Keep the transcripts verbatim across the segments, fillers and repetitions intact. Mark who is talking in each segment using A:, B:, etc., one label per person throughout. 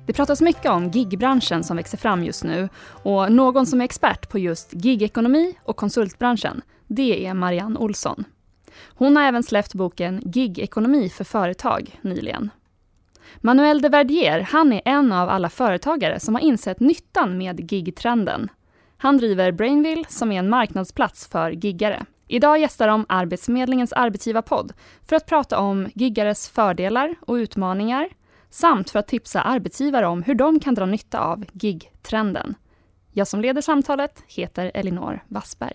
A: Det pratas mycket om gigbranschen som växer fram just nu och någon som är expert på just gigekonomi och konsultbranschen, det är Marianne Olsson. Hon har även släppt boken Gigekonomi för företag nyligen. Manuel de Verdier, han är en av alla företagare som har insett nyttan med gigtrenden. Han driver Brainville som är en marknadsplats för giggare. Idag gästar de Arbetsförmedlingens arbetsgivarpodd för att prata om giggares fördelar och utmaningar samt för att tipsa arbetsgivare om hur de kan dra nytta av gigtrenden. Jag som leder samtalet heter Elinor Wassberg.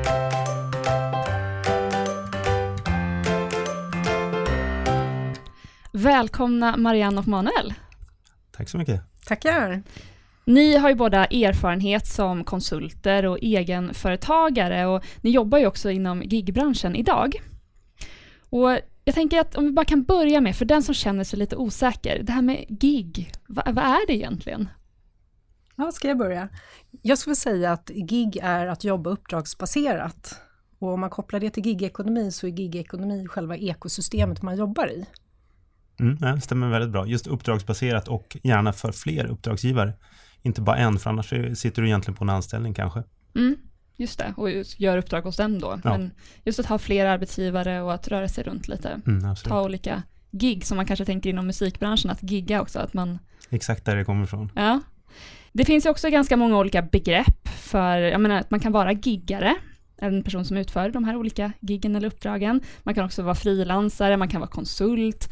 A: Välkomna Marianne och Manuel.
B: Tack så mycket.
C: Tackar.
A: Ni har ju båda erfarenhet som konsulter och egenföretagare och ni jobbar ju också inom gigbranschen idag. Och jag tänker att om vi bara kan börja med, för den som känner sig lite osäker, det här med gig, vad, vad är det egentligen?
C: Ja, ska jag börja? Jag skulle säga att gig är att jobba uppdragsbaserat. Och om man kopplar det till gigekonomi så är gigekonomi själva ekosystemet man jobbar i.
B: Mm, det stämmer väldigt bra. Just uppdragsbaserat och gärna för fler uppdragsgivare. Inte bara en, för annars sitter du egentligen på en anställning kanske.
A: Mm, just det, och gör uppdrag hos dem då. Ja. Men just att ha fler arbetsgivare och att röra sig runt lite. Mm, ta olika gig som man kanske tänker inom musikbranschen, att gigga också. Att man...
B: Exakt där det kommer ifrån.
A: Ja. Det finns ju också ganska många olika begrepp för, jag menar att man kan vara giggare, en person som utför de här olika giggen eller uppdragen. Man kan också vara frilansare, man kan vara konsult.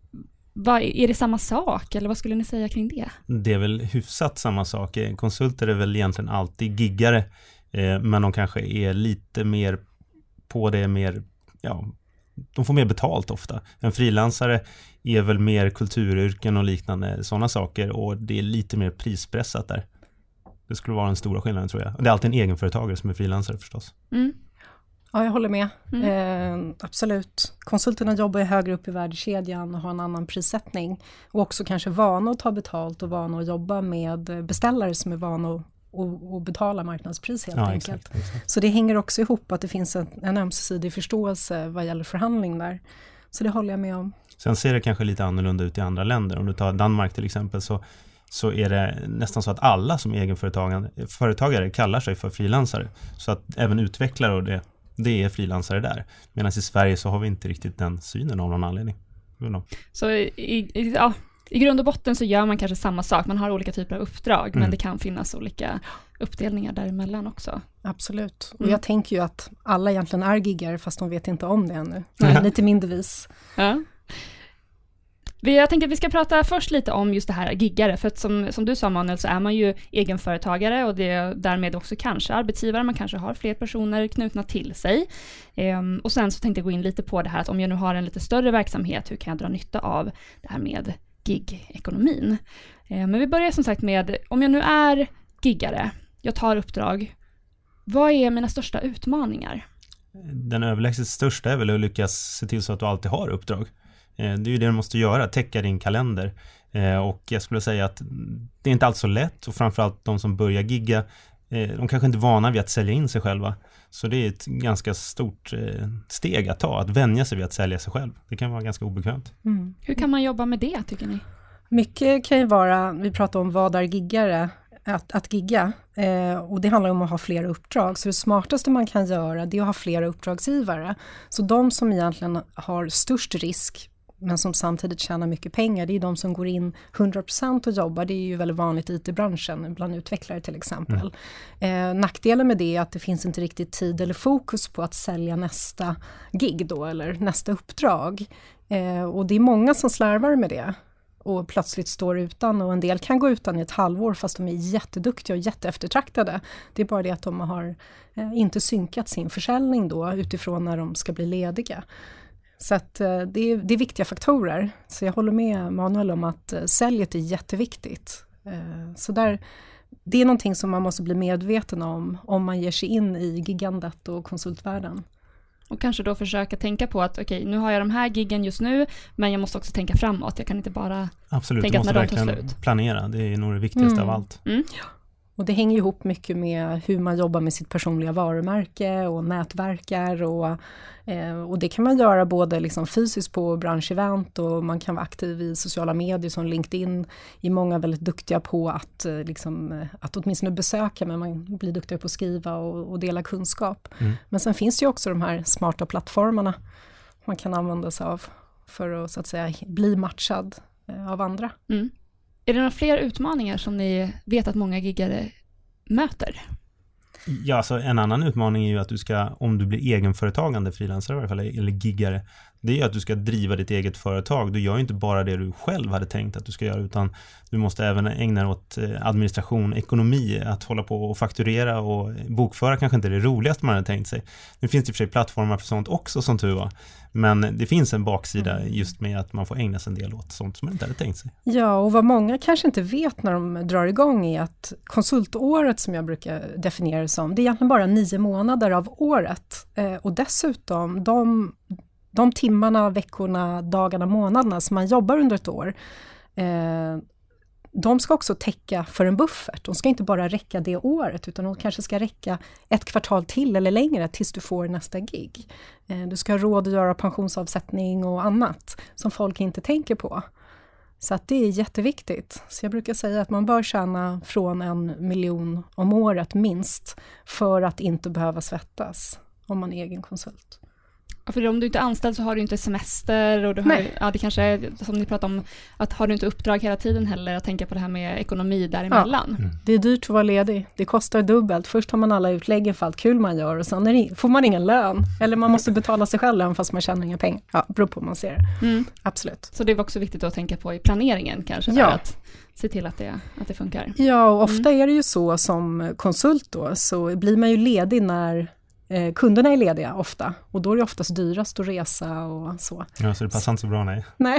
A: Vad, är det samma sak eller vad skulle ni säga kring det?
B: Det är väl hyfsat samma sak. Konsulter är väl egentligen alltid giggare, eh, men de kanske är lite mer på det mer, ja, de får mer betalt ofta. En frilansare är väl mer kulturyrken och liknande sådana saker och det är lite mer prispressat där. Det skulle vara den stora skillnaden tror jag. Och det är alltid en egenföretagare som är frilansare förstås.
C: Mm. Ja, jag håller med. Mm. Eh, absolut. Konsulterna jobbar ju högre upp i värdekedjan och har en annan prissättning. Och också kanske vana att ta betalt och vana att jobba med beställare som är vana att och, och betala marknadspris helt ja, enkelt. Exakt, exakt. Så det hänger också ihop att det finns en, en ömsesidig förståelse vad gäller förhandling där. Så det håller jag med om.
B: Sen ser det kanske lite annorlunda ut i andra länder. Om du tar Danmark till exempel så så är det nästan så att alla som egenföretagare kallar sig för frilansare. Så att även utvecklare och det Det är frilansare där. Medan i Sverige så har vi inte riktigt den synen av någon anledning.
A: Så i, i, ja, i grund och botten så gör man kanske samma sak. Man har olika typer av uppdrag. Mm. Men det kan finnas olika uppdelningar däremellan också.
C: Absolut. Och mm. jag tänker ju att alla egentligen är giggare fast de vet inte om det ännu. Mm. Lite min devis.
A: Ja. Jag tänker att vi ska prata först lite om just det här giggare. För att som, som du sa Manuel så är man ju egenföretagare och det är därmed också kanske arbetsgivare. Man kanske har fler personer knutna till sig. Ehm, och sen så tänkte jag gå in lite på det här att om jag nu har en lite större verksamhet, hur kan jag dra nytta av det här med gigekonomin? Ehm, men vi börjar som sagt med, om jag nu är giggare, jag tar uppdrag. Vad är mina största utmaningar?
B: Den överlägset största är väl att lyckas se till så att du alltid har uppdrag. Det är ju det du måste göra, täcka din kalender. Och jag skulle säga att det är inte alls så lätt. Och framförallt de som börjar gigga, de kanske inte är vana vid att sälja in sig själva. Så det är ett ganska stort steg att ta, att vänja sig vid att sälja sig själv. Det kan vara ganska obekvämt.
A: Mm. Hur kan man jobba med det tycker ni?
C: Mycket kan ju vara, vi pratar om vad är giggare, att, att gigga. Eh, och det handlar om att ha flera uppdrag. Så det smartaste man kan göra det är att ha flera uppdragsgivare. Så de som egentligen har störst risk men som samtidigt tjänar mycket pengar, det är de som går in hundra procent och jobbar. Det är ju väldigt vanligt i I T-branschen, bland utvecklare till exempel. Mm. Eh, nackdelen med det är att det finns inte riktigt tid eller fokus på att sälja nästa gig då, eller nästa uppdrag. Eh, och det är många som slarvar med det och plötsligt står utan, och en del kan gå utan i ett halvår fast de är jätteduktiga och jätteeftertraktade. Det är bara det att de har eh, inte synkat sin försäljning då utifrån när de ska bli lediga. Så att det är, det är viktiga faktorer. Så jag håller med Manuel om att säljet är jätteviktigt. Så där, det är någonting som man måste bli medveten om om man ger sig in i gigandet och konsultvärlden.
A: Och kanske då försöka tänka på att okej, okay, nu har jag de här giggen just nu, men jag måste också tänka framåt. Jag kan inte bara
B: Absolut,
A: tänka att när de tar slut.
B: Absolut, planera. Det är nog det viktigaste
A: mm.
B: av allt.
A: Mm.
C: Och det hänger ihop mycket med hur man jobbar med sitt personliga varumärke och nätverkar. Och, eh, och det kan man göra både liksom fysiskt på branschevent och man kan vara aktiv i sociala medier som LinkedIn. Är många väldigt duktiga på att, eh, liksom, att åtminstone besöka, men man blir duktigare på att skriva och, och dela kunskap. Mm. Men sen finns det ju också de här smarta plattformarna man kan använda sig av för att, så att säga, bli matchad eh, av andra.
A: Mm. Är det några fler utmaningar som ni vet att många giggare möter?
B: Ja, alltså en annan utmaning är ju att du ska, om du blir egenföretagande frilansare i alla fall, eller giggare, det är ju att du ska driva ditt eget företag. Du gör ju inte bara det du själv hade tänkt att du ska göra, utan du måste även ägna dig åt administration, ekonomi, att hålla på och fakturera och bokföra kanske inte är det roligaste man hade tänkt sig. Nu finns det i och för sig plattformar för sånt också som tur var, men det finns en baksida just med att man får ägna sig en del åt sånt som man inte hade tänkt sig.
C: Ja, och vad många kanske inte vet när de drar igång är att konsultåret, som jag brukar definiera det som, det är egentligen bara nio månader av året. Eh, och dessutom, de, de timmarna, veckorna, dagarna, månaderna som man jobbar under ett år, eh, de ska också täcka för en buffert. De ska inte bara räcka det året, utan de kanske ska räcka ett kvartal till eller längre tills du får nästa gig. Eh, du ska ha råd att göra pensionsavsättning och annat som folk inte tänker på. Så att det är jätteviktigt. Så jag brukar säga att man bör tjäna från en miljon om året minst för att inte behöva svettas om man är egen konsult.
A: Ja, för om du inte är anställd så har du inte semester och du har, ja, det kanske är som ni pratar om, att har du inte uppdrag hela tiden heller, att tänka på det här med ekonomi däremellan.
C: Ja, det är dyrt att vara ledig. Det kostar dubbelt. Först har man alla utläggen för allt kul man gör och sen är det, får man ingen lön. Eller man måste betala sig själv lön fast man tjänar inga pengar. Ja, beror på hur man ser det. Mm. Absolut.
A: Så det är också viktigt att tänka på i planeringen kanske,
C: ja.
A: För att se till att det, att det funkar.
C: Ja, och ofta mm. är det ju så som konsult då, så blir man ju ledig när kunderna är lediga ofta, och då är det oftast dyrast att resa och så.
B: Ja, så det passar inte så bra, nej.
C: Nej.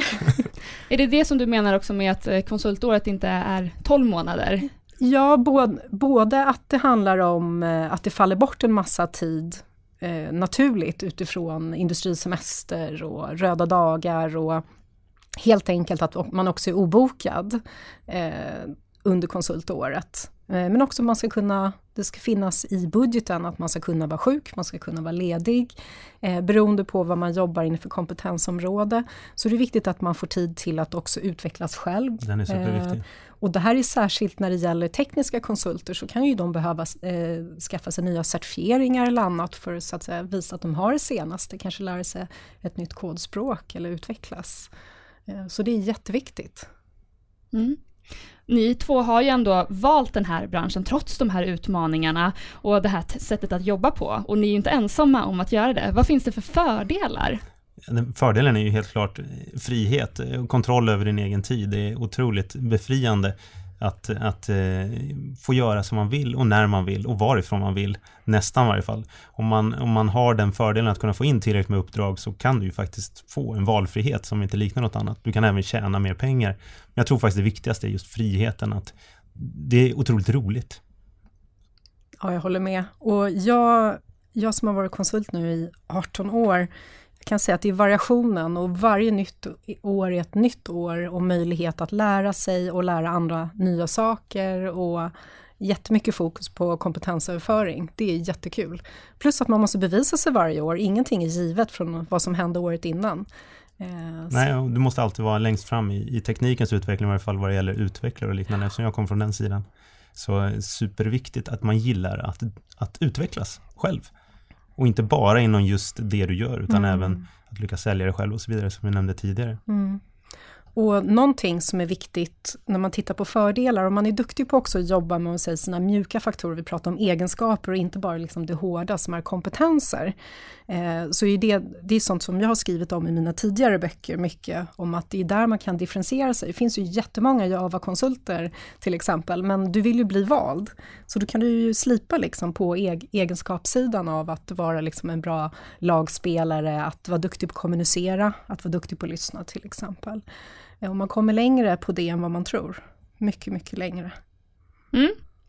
A: Är det det som du menar också med att konsultåret inte är tolv månader?
C: Ja, både, både att det handlar om att det faller bort en massa tid eh, naturligt utifrån industrisemester och röda dagar och helt enkelt att man också är obokad eh, under konsultåret. Men också man ska kunna, det ska finnas i budgeten att man ska kunna vara sjuk, man ska kunna vara ledig, eh, beroende på vad man jobbar in för kompetensområde. Så det är viktigt att man får tid till att också utvecklas själv.
B: Den är superviktig.
C: Eh, och det här är särskilt när det gäller tekniska konsulter, så kan ju de behöva eh, skaffa sig nya certifieringar eller annat för så att säga, visa att de har det senaste, kanske lära sig ett nytt kodspråk eller utvecklas. Eh, så det är jätteviktigt.
A: Mm. Ni två har ju ändå valt den här branschen trots de här utmaningarna och det här t- sättet att jobba på. Och ni är ju inte ensamma om att göra det. Vad finns det för fördelar?
B: Fördelen är ju helt klart frihet, kontroll över din egen tid. Det är otroligt befriande att, att eh, få göra som man vill och när man vill och varifrån man vill, nästan i varje fall. Om man, om man har den fördelen att kunna få in tillräckligt med uppdrag, så kan du ju faktiskt få en valfrihet som inte liknar något annat. Du kan även tjäna mer pengar. Men jag tror faktiskt det viktigaste är just friheten, att det är otroligt roligt.
C: Ja, jag håller med. Och jag, jag som har varit konsult nu i arton år, jag kan säga att det är variationen, och varje nytt år är ett nytt år och möjlighet att lära sig och lära andra nya saker, och jättemycket fokus på kompetensöverföring. Det är jättekul. Plus att man måste bevisa sig varje år. Ingenting är givet från vad som hände året innan. Eh,
B: Nej, du måste alltid vara längst fram i, i teknikens utveckling, i varje fall vad det gäller utvecklare och liknande, eftersom jag kom från den sidan. Så superviktigt att man gillar att, att utvecklas själv. Och inte bara inom just det du gör, utan mm. även att lyckas sälja det själv och så vidare, som vi nämnde tidigare.
C: Mm. Och någonting som är viktigt när man tittar på fördelar, och man är duktig på också att jobba med att säga sina mjuka faktorer, vi pratar om egenskaper och inte bara liksom det hårda som är kompetenser, eh, så är det, det är sånt som jag har skrivit om i mina tidigare böcker mycket, om att det är där man kan differentiera sig. Det finns ju jättemånga Java-konsulter till exempel, men du vill ju bli vald, så då kan du ju slipa liksom på eg- egenskapssidan av att vara liksom en bra lagspelare, att vara duktig på att kommunicera, att vara duktig på att lyssna till exempel. Och man kommer längre på det än vad man tror. Mycket, mycket längre.
A: Mm.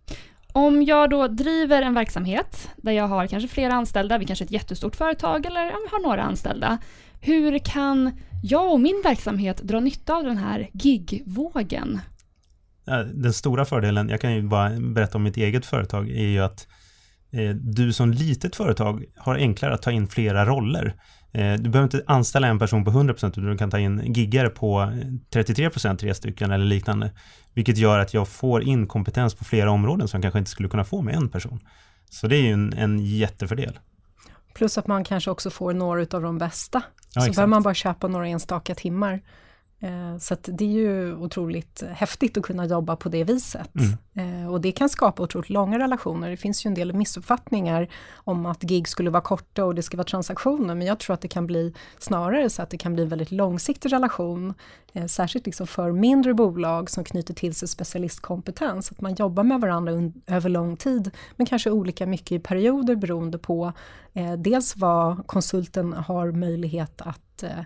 A: Om jag då driver en verksamhet där jag har kanske flera anställda, vi kanske är ett jättestort företag eller jag har några anställda. Hur kan jag och min verksamhet dra nytta av den här gigvågen?
B: den stora fördelen, jag kan ju bara berätta om mitt eget företag, är ju att eh, du som litet företag har enklare att ta in flera roller. Eh, du behöver inte anställa en person på hundra procent, utan du kan ta in giggare på trettiotre procent, tre stycken eller liknande. Vilket gör att jag får in kompetens på flera områden som jag kanske inte skulle kunna få med en person. Så det är ju en, en jättefördel.
C: Plus att man kanske också får några av de bästa.
B: Ja,
C: så
B: exakt.
C: behöver man bara köpa några enstaka timmar. Så att det är ju otroligt häftigt att kunna jobba på det viset. Mm. Och det kan skapa otroligt långa relationer. Det finns ju en del missuppfattningar om att gig skulle vara korta och det ska vara transaktioner. Men jag tror att det kan bli snarare så att det kan bli en väldigt långsiktig relation. Särskilt liksom för mindre bolag som knyter till sig specialistkompetens. Att man jobbar med varandra un- över lång tid. Men kanske olika mycket i perioder beroende på eh, dels vad konsulten har möjlighet att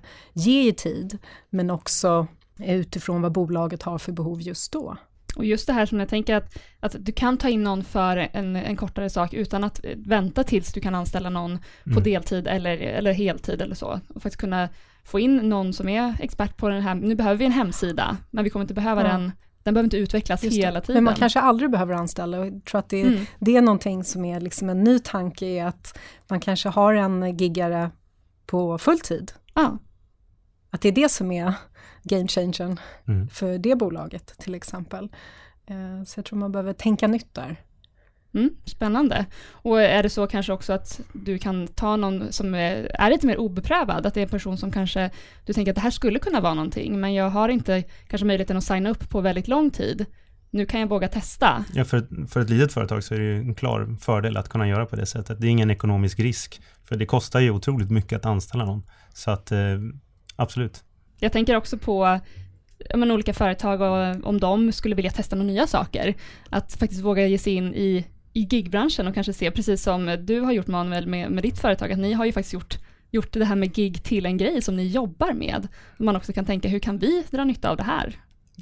C: ge i tid, men också utifrån vad bolaget har för behov just då.
A: Och just det här som jag tänker att, att du kan ta in någon för en, en kortare sak utan att vänta tills du kan anställa någon mm. på deltid eller, eller heltid eller så. Och faktiskt kunna få in någon som är expert på den här, nu behöver vi en hemsida, men vi kommer inte behöva ja. den, den behöver inte utvecklas hela tiden.
C: Men man kanske aldrig behöver anställa, och jag tror att det, mm. det är någonting som är liksom en ny tanke, är att man kanske har en giggare på fulltid. Ja. Att det är det som är game changern mm. för det bolaget till exempel. Så jag tror man behöver tänka nytt där.
A: Mm, spännande. Och är det så kanske också att du kan ta någon som är, är lite mer obeprövad, att det är en person som kanske du tänker att det här skulle kunna vara någonting, men jag har inte kanske möjligheten att signa upp på väldigt lång tid. Nu kan jag våga testa.
B: Ja, för, för ett litet företag så är det ju en klar fördel att kunna göra på det sättet. Det är ingen ekonomisk risk, för det kostar ju otroligt mycket att anställa någon. Så att, eh, absolut.
A: Jag tänker också på men, olika företag och om de skulle vilja testa några nya saker. Att faktiskt våga ge sig in i, i gigbranschen och kanske se, precis som du har gjort, Manuel, med, med ditt företag, att ni har ju faktiskt gjort, gjort det här med gig till en grej som ni jobbar med. Man också kan tänka, hur kan vi dra nytta av det här?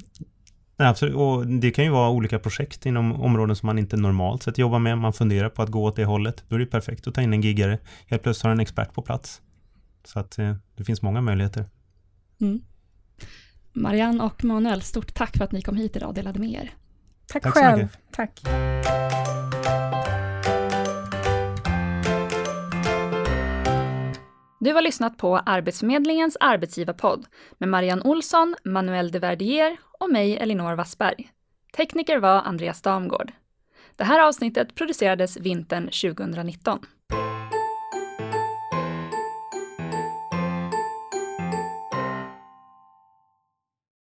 B: Nej, absolut. Och det kan ju vara olika projekt inom områden som man inte normalt sett jobbar med. Man funderar på att gå åt det hållet. Då är det perfekt att ta in en giggare. Helt plötsligt har en expert på plats. Så att eh, det finns många möjligheter.
A: Mm. Marianne och Manuel, stort tack för att ni kom hit idag och delade med er.
C: Tack, tack själv. Tack.
A: Du har lyssnat på Arbetsförmedlingens arbetsgivarpodd med Marianne Olsson, Manuel de Verdier och mig, Elinor Wassberg. Tekniker var Andreas Damgård. Det här avsnittet producerades vintern tjugonitton.